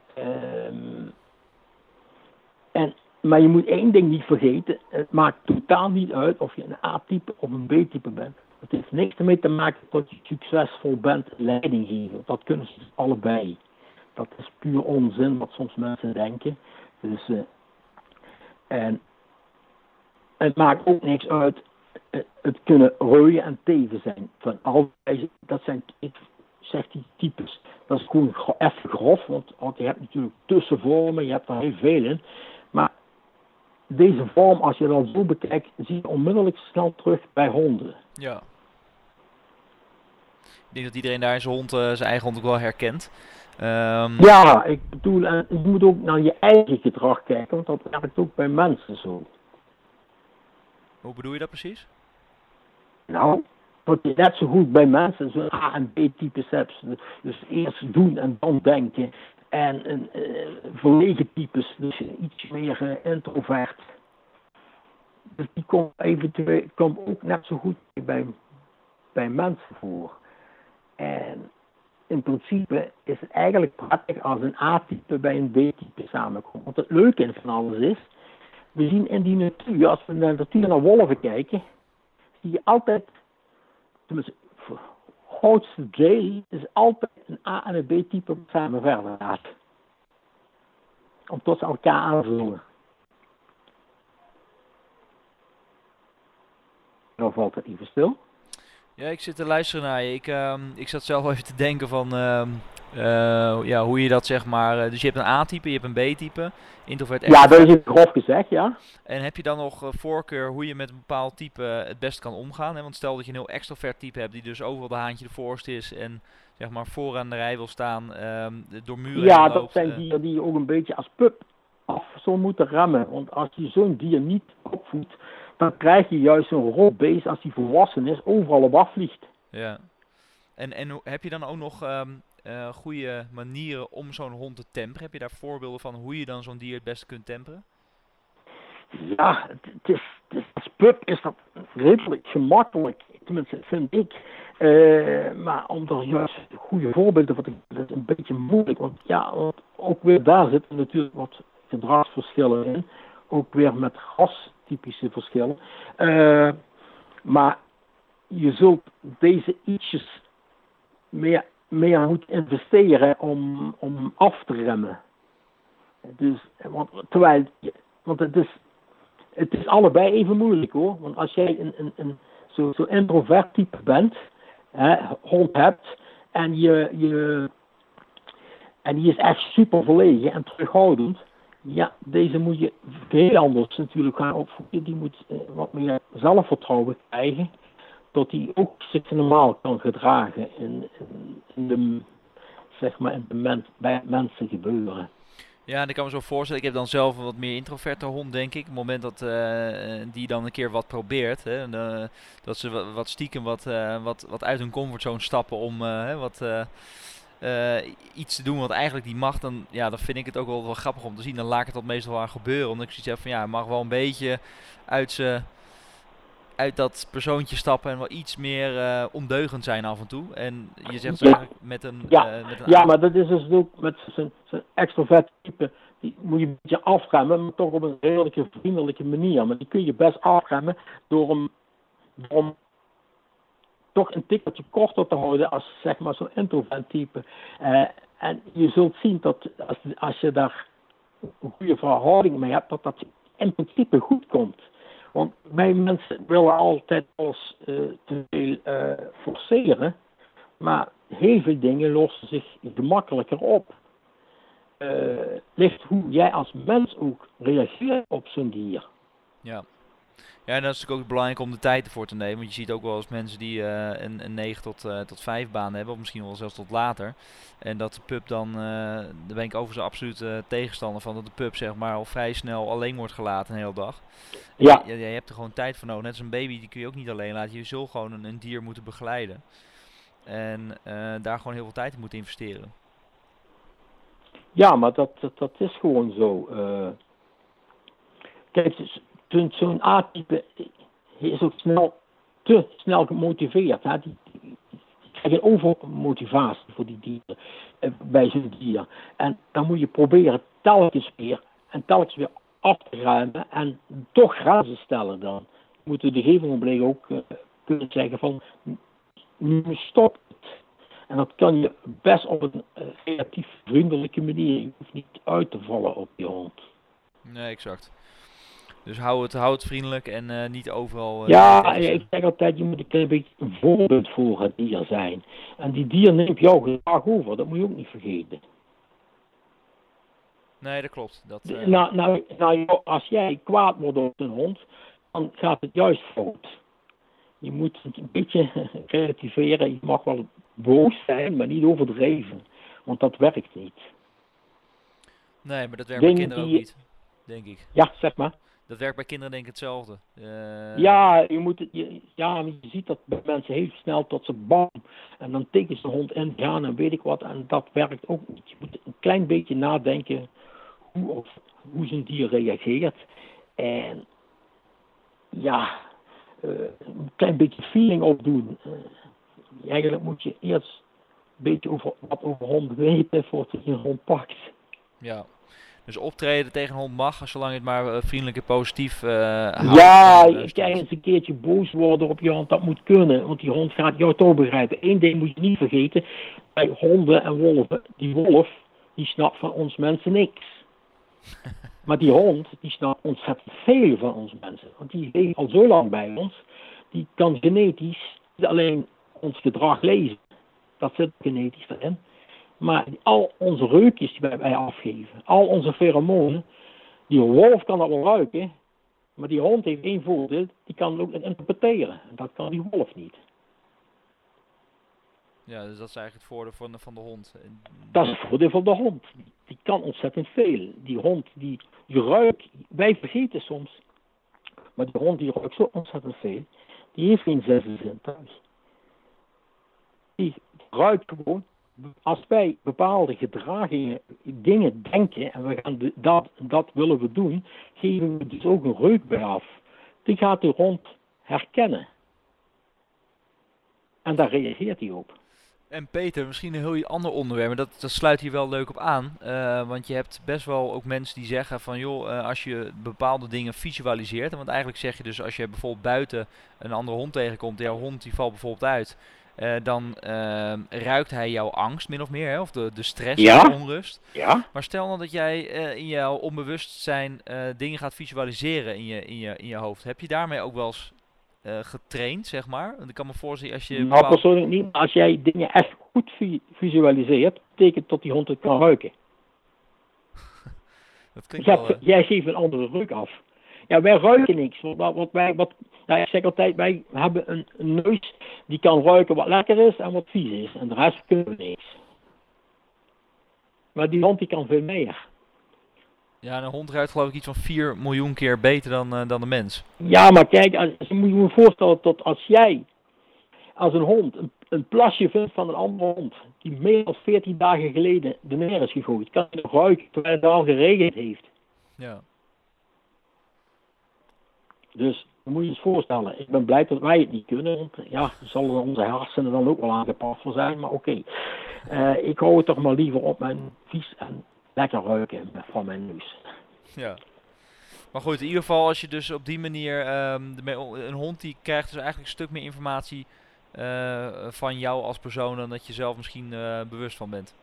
Maar je moet één ding niet vergeten. Het maakt totaal niet uit of je een A-type of een B-type bent. Het heeft niks ermee te maken dat je succesvol bent in leiding geven. Dat kunnen ze allebei. Dat is puur onzin wat soms mensen denken. Dus, en het maakt ook niks uit. Het kunnen rooien en teven zijn. Van allebei, dat zijn, zegt die types. Dat is gewoon even grof, want je hebt natuurlijk tussenvormen, je hebt er heel veel in. Maar deze vorm, als je dat zo bekijkt, zie je onmiddellijk snel terug bij honden. Ja. Ik denk dat iedereen daar zijn hond, zijn eigen hond ook wel herkent. Ja, ik bedoel, en je moet ook naar je eigen gedrag kijken, want dat werkt ook bij mensen zo. Hoe bedoel je dat precies? Nou, dat je net zo goed bij mensen zo'n A- en B-types hebt. Dus eerst doen en dan denken. En verlegen types, dus iets meer introvert. Dus die komt ook net zo goed bij mensen voor. En in principe is het eigenlijk prettig als een A-type bij een B-type samenkomt. Want het leuke van alles is, we zien in die natuur, als we in de natuur naar wolven kijken, zie je altijd, tenminste, voor het grootste deel is altijd een A- en een B-type samen verder gaat. Om tot ze elkaar aanvullen. Dan valt het even stil. Ja, ik zit te luisteren naar je. Ik zat zelf even te denken van ja, hoe je dat zeg maar. Dus je hebt een A-type, je hebt een B-type, introvert, Ja, dat extrovert. is grof gezegd, ja. En heb je dan nog voorkeur hoe je met een bepaald type het best kan omgaan? Hè? Want stel dat je een heel extrovert type hebt die dus overal de haantje de voorste is en zeg maar vooraan de rij wil staan, door muren heen Ja, dat loopt. zijn dieren die je ook een beetje als pup af zou moeten remmen. Want als je zo'n dier niet opvoedt, dan krijg je juist zo'n rotbeest als hij volwassen is, overal op afvliegt. Ja. En heb je dan ook nog goede manieren om zo'n hond te temperen? Heb je daar voorbeelden van hoe je dan zo'n dier het beste kunt temperen? Ja, als pup is dat redelijk gemakkelijk, tenminste vind ik. Maar om er juist goede voorbeelden van te geven, dat is een beetje moeilijk. Want ja, ook weer daar zitten natuurlijk wat gedragsverschillen in. Ook weer met rastypische verschillen. Maar je zult deze ietsjes meer moeten investeren om af te remmen. Dus, want het is allebei even moeilijk hoor. Want als jij zo introvert type bent, hond hebt, en die is echt super verlegen en terughoudend, ja, deze moet je heel anders natuurlijk gaan opvoeden. Die moet wat meer zelfvertrouwen krijgen, dat hij ook zich normaal kan gedragen bij mensen gebeuren. Ja, en ik kan me zo voorstellen, ik heb dan zelf een wat meer introverte hond, denk ik. Op het moment dat die dan een keer wat probeert, hè, en, dat ze wat stiekem wat uit hun comfortzone stappen om iets te doen wat eigenlijk niet mag, dan, ja, dan vind ik het ook wel grappig om te zien. Dan laat ik het dat meestal aan gebeuren, omdat ik zoiets heb van, ja, hij mag wel een beetje uit dat persoontje stappen en wel iets meer ondeugend zijn af en toe. En je zegt zo Ja, eigenlijk met een ja, maar dat is dus ook met zijn extrovert type. Die moet je een beetje afremmen, maar toch op een redelijke, vriendelijke manier. Maar die kun je best afremmen door hem toch een tikkeltje korter te houden als zeg maar zo'n introvert type. En je zult zien dat als je daar een goede verhouding mee hebt, dat in principe goed komt. Want wij mensen willen altijd alles te veel forceren, maar heel veel dingen lossen zich gemakkelijker op. Ligt hoe jij als mens ook reageert op zo'n dier. Ja. Ja, en dat is natuurlijk ook belangrijk om de tijd ervoor te nemen. Want je ziet ook wel eens mensen die een 9 tot 5 baan hebben, of misschien wel zelfs tot later. En dat de pup dan, daar ben ik overigens absoluut tegenstander van, dat de pup zeg maar al vrij snel alleen wordt gelaten een hele dag. Ja, Je hebt er gewoon tijd voor nodig. Net als een baby, die kun je ook niet alleen laten. Je zult gewoon een dier moeten begeleiden. En daar gewoon heel veel tijd in moeten investeren. ja, maar dat is gewoon zo. Kijk, zo'n A-type is ook te snel gemotiveerd. Hè? Die krijgen overmotivatie voor die dieren, bij zo'n dier. En dan moet je proberen telkens weer af te ruimen en toch grenzen stellen dan. Moeten we de gegeven ook kunnen zeggen van, nu stop het. En dat kan je best op een relatief vriendelijke manier. Je hoeft niet uit te vallen op je hond. Nee, exact. Dus hou het vriendelijk en niet overal Ja, tegen ze. ik zeg altijd, je moet een beetje een voorbeeld voor het dier zijn. En die dier neemt jou gedrag over, dat moet je ook niet vergeten. Nee, dat klopt. Als jij kwaad wordt op een hond, dan gaat het juist fout. Je moet het een beetje relativeren, je mag wel boos zijn, maar niet overdreven. Want dat werkt niet. Nee, maar dat werkt bij Dingen kinderen ook die... niet, denk ik. Ja, zeg maar. Dat werkt bij kinderen denk ik hetzelfde. Ja, je ziet dat bij mensen heel snel tot ze bam. En dan tikken ze de hond in, ja, en weet ik wat. En dat werkt ook niet. Je moet een klein beetje nadenken hoe zo'n dier reageert. En ja, een klein beetje feeling opdoen. Eigenlijk moet je eerst een beetje wat over honden weten voordat je een hond pakt. Ja. Dus optreden tegen een hond mag, zolang je het maar vriendelijk en positief houdt. Ja, kijk eens een keertje boos worden op je hond, dat moet kunnen. Want die hond gaat jou toch begrijpen. Eén ding moet je niet vergeten. Bij honden en wolven, die wolf, die snapt van ons mensen niks. Maar die hond, die snapt ontzettend veel van ons mensen. Want die leeft al zo lang bij ons. Die kan genetisch niet alleen ons gedrag lezen. Dat zit genetisch erin. Maar al onze reukjes die wij afgeven, al onze pheromonen, die wolf kan dat wel ruiken, maar die hond heeft één voordeel, die kan het ook interpreteren. En dat kan die wolf niet. Ja, dus dat is eigenlijk het voordeel van de hond. Dat is het voordeel van de hond. Die kan ontzettend veel. Die hond, die ruikt, wij vergeten soms, maar die hond die ruikt zo ontzettend veel, die heeft geen zesde zintuig. Die ruikt gewoon. Als wij bepaalde gedragingen, dingen denken en we gaan dat willen we doen, geven we dus ook een reuk bij af. Die gaat de hond herkennen. En daar reageert hij op. En Peter, misschien een heel ander onderwerp, maar dat sluit hier wel leuk op aan. Want je hebt best wel ook mensen die zeggen van joh, als je bepaalde dingen visualiseert. Want eigenlijk zeg je dus als je bijvoorbeeld buiten een andere hond tegenkomt, jouw hond die valt bijvoorbeeld uit. Dan ruikt hij jouw angst min of meer, hè? Of de stress, de onrust. Ja. Maar stel nou dat jij in jouw onbewustzijn dingen gaat visualiseren in je hoofd. Heb je daarmee ook wel eens getraind, zeg maar? Want ik kan me voorstellen als je... Nou, persoonlijk niet. Maar als jij dingen echt goed visualiseert, betekent dat die hond het kan ruiken. Dat klinkt wel... Jij geeft een andere reuk af. Ja, wij ruiken niks. Ik zeg altijd, wij hebben een neus die kan ruiken wat lekker is en wat vies is. En de rest kunnen we niks. Maar die hond die kan veel meer. Ja, een hond ruikt geloof ik iets van 4 miljoen keer beter dan de mens. Ja, maar kijk, je moet je voorstellen dat als jij als een hond een plasje vindt van een andere hond, die meer dan 14 dagen geleden de neer is gegooid, kan je nog ruiken terwijl het al geregend heeft. Ja. Dus dan moet je eens voorstellen, ik ben blij dat wij het niet kunnen, want ja, zullen onze hersenen dan ook wel aangepast voor zijn, maar oké. Ik hou het toch maar liever op mijn vies en lekker ruiken van mijn neus. Ja. Maar goed, in ieder geval als je dus op die manier, een hond die krijgt dus eigenlijk een stuk meer informatie van jou als persoon dan dat je zelf misschien bewust van bent.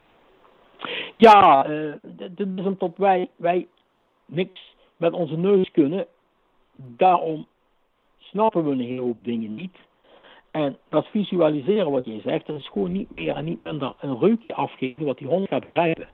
Ja, dat is omdat wij niks met onze neus kunnen. Daarom snappen we een hele hoop dingen niet. En dat visualiseren wat je zegt, dat is gewoon niet meer en niet minder een reukje afgeven wat die hond gaat begrijpen.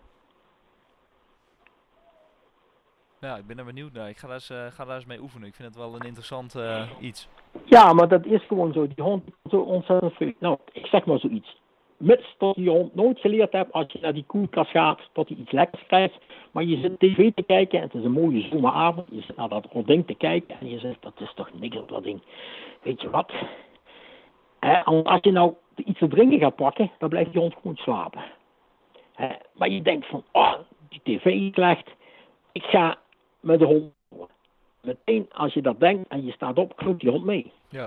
Ja, ik ben er benieuwd naar. Ik ga daar eens mee oefenen. Ik vind het wel een interessant iets. Ja, maar dat is gewoon zo. Die hond zo ontzettend veel. Nou, ik zeg maar zoiets. Mits dat je hond nooit geleerd hebt als je naar die koelkast gaat, dat hij iets lekkers krijgt. Maar je zit tv te kijken en het is een mooie zomeravond. Je zit naar dat ding te kijken en je zegt, dat is toch niks op dat ding. Weet je wat? Als je nou iets te drinken gaat pakken, dan blijft die hond gewoon slapen. Maar je denkt van, die tv is slecht. Ik ga met de hond. Meteen als je dat denkt en je staat op, loopt die hond mee. Ja.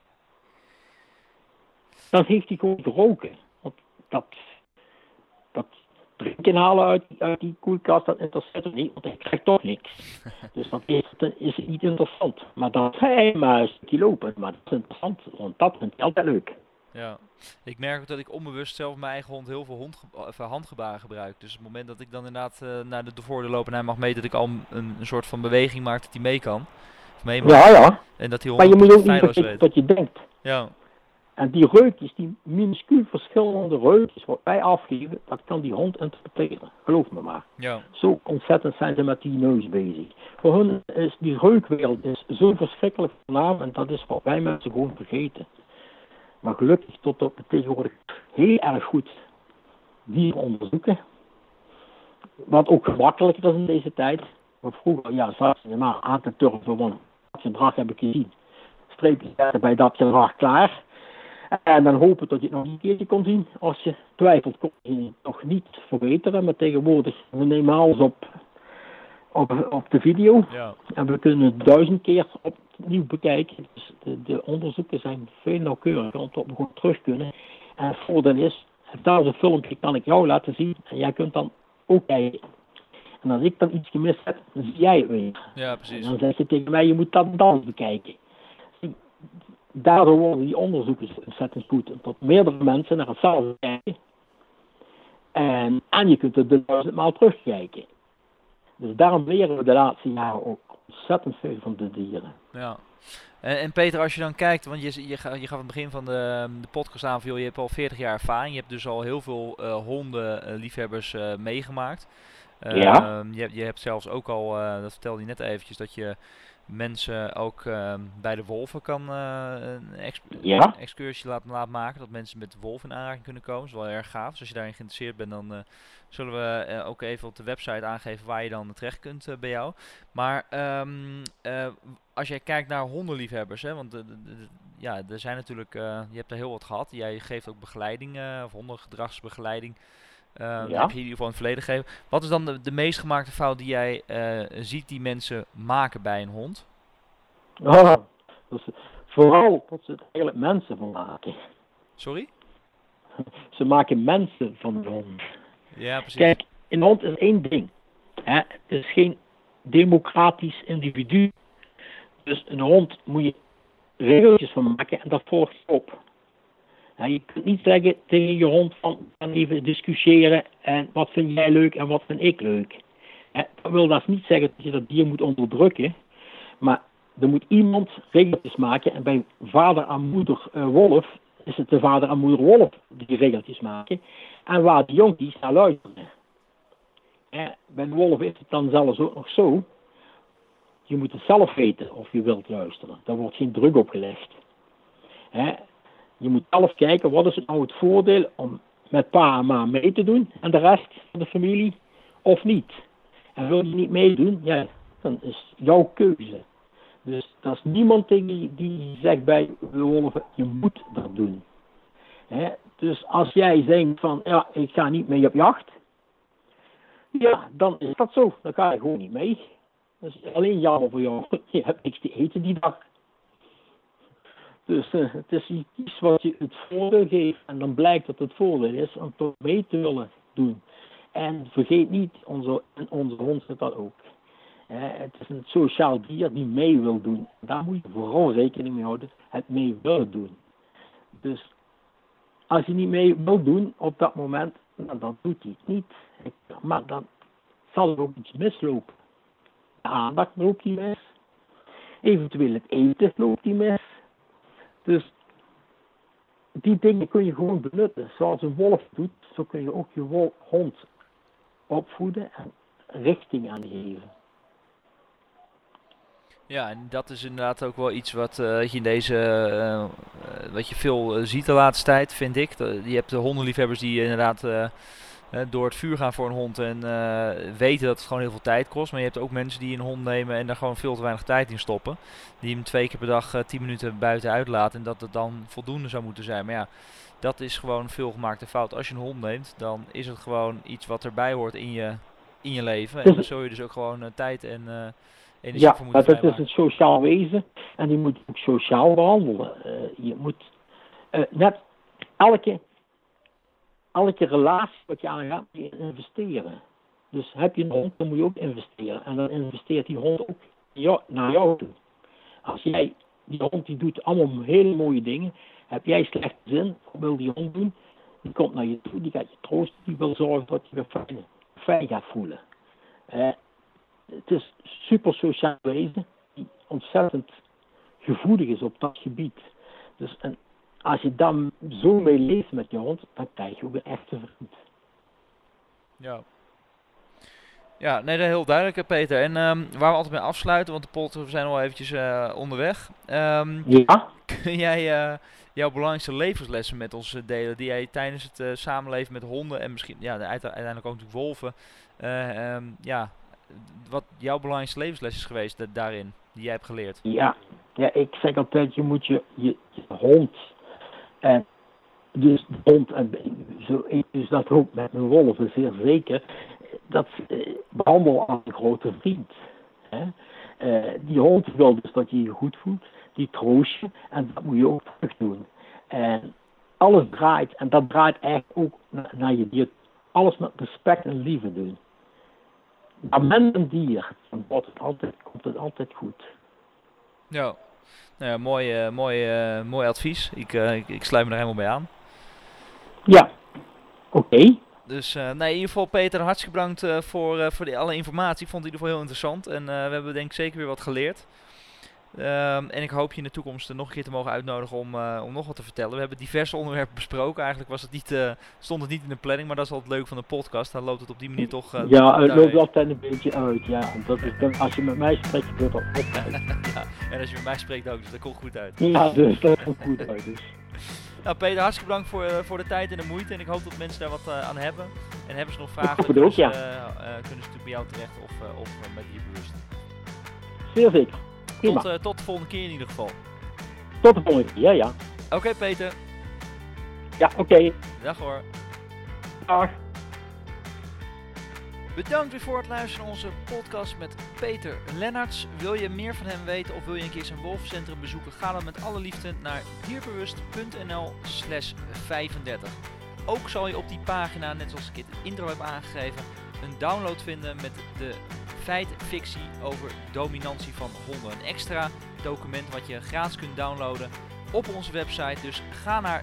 Dan heeft hij gewoon geroken. Want dat drinken halen uit die koelkast, dat interesseert hem niet, want hij krijgt toch niks. Dus dan is het niet interessant. Maar dan ga hij maar een stukje lopen. Maar dat is interessant, want dat vindt hij altijd leuk. Ja, ik merk ook dat ik onbewust zelf mijn eigen hond heel veel handgebaren gebruik. Dus op het moment dat ik dan inderdaad naar de voordeur loop en hij mag mee, dat ik al een soort van beweging maak dat hij mee kan. Of mee mag. Ja. En dat die hond maar je moet ook niet feilloos vergeten weet. wat je denkt. Ja. En die reukjes, die minuscuul verschillende reukjes wat wij afgeven, dat kan die hond interpreteren. Geloof me maar. Ja. Zo ontzettend zijn ze met die neus bezig. Voor hun is die reukwereld zo verschrikkelijk voornaam en dat is wat wij mensen gewoon vergeten. Maar gelukkig tot op tegenwoordig heel erg goed dieren onderzoeken. Wat ook gemakkelijker is in deze tijd. Want vroeger, ja, zat je maar aan te turven, want dat gedrag heb ik gezien. Streepje zetten bij dat gedrag klaar. En dan hopen dat je het nog een keertje kon zien. Als je twijfelt, kon je het nog niet verbeteren. Maar tegenwoordig, we nemen alles op de video. Ja. En we kunnen het 1000 keer opnieuw bekijken. Dus de onderzoeken zijn veel nauwkeuriger, omdat we gewoon terug kunnen. En het voordeel is, daar is een filmpje, kan ik jou laten zien. En jij kunt dan ook kijken. En als ik dan iets gemist heb, dan zie jij het weer. Ja, precies. En dan zeg je tegen mij, je moet dat dan bekijken. Daardoor worden die onderzoeken ontzettend goed. Dat meerdere mensen naar hetzelfde kijken. En je kunt het 1000 maal terugkijken. Dus daarom leren we de laatste jaren ook ontzettend veel van de dieren. Ja. En Peter, als je dan kijkt, want je gaf aan het begin van de podcast aan, joh, je hebt al 40 jaar ervaring. Je hebt dus al heel veel hondenliefhebbers meegemaakt. Ja. Je hebt zelfs ook al, dat vertelde je net eventjes, dat je mensen ook bij de wolven kan een excursie laten maken. Dat mensen met de wolven in aanraking kunnen komen. Dat is wel erg gaaf. Dus als je daarin geïnteresseerd bent, dan zullen we ook even op de website aangeven waar je dan terecht kunt bij jou. Maar als jij kijkt naar hondenliefhebbers, hè, want ja, er zijn natuurlijk, je hebt er heel wat gehad. Jij geeft ook begeleiding, of hondengedragsbegeleiding. Dat heb je in ieder geval in het verleden gegeven. Wat is dan de meest gemaakte fout die jij ziet die mensen maken bij een hond? Dus vooral dat ze het eigenlijk mensen van maken. Sorry? Ze maken mensen van de hond. Ja, precies. Kijk, een hond is één ding. Hè? Het is geen democratisch individu. Dus een hond moet je regeltjes van maken en dat volgt op. Je kunt niet zeggen tegen je hond van even discussiëren en wat vind jij leuk en wat vind ik leuk. Dat wil dus niet zeggen dat je dat dier moet onderdrukken, maar er moet iemand regeltjes maken en bij vader en moeder wolf is het de vader en moeder wolf die regeltjes maken en waar de jonkies naar luisteren. Bij de wolf is het dan zelfs ook nog zo, je moet het zelf weten of je wilt luisteren, daar wordt geen druk op gelegd. Je moet zelf kijken, wat is het nou het voordeel om met pa en ma mee te doen en de rest van de familie of niet. En wil je niet meedoen, ja, dan is jouw keuze. Dus dat is niemand die zegt bij de wolven, je moet dat doen. Dus als jij denkt van, ja, ik ga niet mee op jacht, ja, dan is dat zo. Dan ga je gewoon niet mee. Dat is alleen jammer voor jou. Je hebt niks te eten die dag. Dus het is iets wat je het voordeel geeft en dan blijkt dat het voordeel is om toch mee te willen doen. En vergeet niet, onze hond zit dat ook. Het is een sociaal dier die mee wil doen. Daar moet je vooral rekening mee houden, het mee willen doen. Dus als je niet mee wil doen op dat moment, dan doet hij het niet. Maar dan zal er ook iets mislopen. De aandacht loopt hij mis. Eventueel het eten loopt hij mis. Dus die dingen kun je gewoon benutten. Zoals een wolf doet, zo kun je ook je hond opvoeden en richting aan geven. Ja, en dat is inderdaad ook wel iets wat je in deze, wat je veel ziet de laatste tijd, vind ik. Je hebt de hondenliefhebbers die inderdaad door het vuur gaan voor een hond en weten dat het gewoon heel veel tijd kost. Maar je hebt ook mensen die een hond nemen en daar gewoon veel te weinig tijd in stoppen. Die hem 2 keer per dag 10 minuten buiten uitlaten en dat het dan voldoende zou moeten zijn. Maar ja, dat is gewoon een veelgemaakte fout. Als je een hond neemt, dan is het gewoon iets wat erbij hoort in je leven. En daar zul je dus ook gewoon tijd en energie voor moeten vrijmaken. Ja, dat is een sociaal wezen en die moet je ook sociaal behandelen. Je moet net elke relatie wat je aangaat, moet je investeren. Dus heb je een hond, dan moet je ook investeren. En dan investeert die hond ook naar jou toe. Als jij, die hond die doet allemaal hele mooie dingen, heb jij slechte zin, wat wil die hond doen? Die komt naar je toe, die gaat je troosten, die wil zorgen dat je weer fijn gaat voelen. Het is super sociaal wezen, die ontzettend gevoelig is op dat gebied. Dus als je dan zo mee leeft met je hond, dan krijg je ook een echte vriend. Ja. Ja, nee, dat is heel duidelijk, Peter. En waar we altijd mee afsluiten, want we zijn al eventjes onderweg. Ja? Kun jij jouw belangrijkste levenslessen met ons delen. Die jij tijdens het samenleven met honden en misschien uiteindelijk ook natuurlijk wolven. Wat jouw belangrijkste levensles is geweest daarin, die jij hebt geleerd. Ja, ik zeg altijd, je moet je hond en dus de hond en zo, dus dat ook met mijn wolven zeer zeker, dat behandel als een grote vriend. Hè? Die hond wil dus dat je je goed voelt, die troost je en dat moet je ook terug doen. En alles draait, en dat draait eigenlijk ook naar je dier, alles met respect en liefde doen. Maar met een dier, dan komt het altijd goed. Ja, nou ja, mooi advies. Ik sluit me er helemaal bij aan. Ja, oké. Dus in ieder geval Peter, hartstikke bedankt voor alle informatie. Ik vond het in ieder geval heel interessant en we hebben denk ik zeker weer wat geleerd. En ik hoop je in de toekomst nog een keer te mogen uitnodigen om nog wat te vertellen. We hebben diverse onderwerpen besproken. Eigenlijk stond het niet in de planning, maar dat is altijd leuk van de podcast. Dan loopt het op die manier toch... het loopt altijd een beetje uit. Ja. Dat is dan, als je met mij spreekt, gebeurt dat altijd. Ja, en als je met mij spreekt ook, dus dat komt goed uit. Ja, dus dat komt goed uit. Dus. Nou Peter, hartstikke bedankt voor de tijd en de moeite. En ik hoop dat mensen daar wat aan hebben. En hebben ze nog vragen, kunnen ze natuurlijk bij jou terecht of met Dierbewust. Zeer zeker. Tot de volgende keer in ieder geval. Tot de volgende keer, ja. Oké, Peter. Ja, oké. Dag hoor. Dag. Bedankt weer voor het luisteren naar onze podcast met Peter Lennarts. Wil je meer van hem weten of wil je een keer zijn wolvencentrum bezoeken? Ga dan met alle liefde naar dierbewust.nl/35. Ook zal je op die pagina, net zoals ik in de intro heb aangegeven, een download vinden met de feit-fictie over dominantie van honden. Een extra document wat je gratis kunt downloaden op onze website. Dus ga naar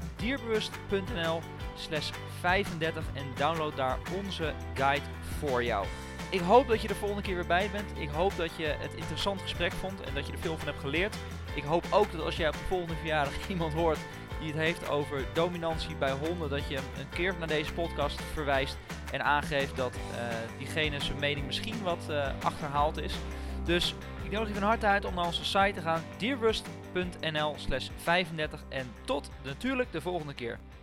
dierbewust.nl/35 en download daar onze guide voor jou. Ik hoop dat je de volgende keer weer bij bent. Ik hoop dat je het interessant gesprek vond en dat je er veel van hebt geleerd. Ik hoop ook dat als jij op de volgende verjaardag iemand hoort die het heeft over dominantie bij honden, dat je hem een keer naar deze podcast verwijst en aangeeft dat diegene zijn mening misschien wat achterhaald is. Dus ik nodig je van harte uit om naar onze site te gaan, dierbewust.nl/35 en tot natuurlijk de volgende keer.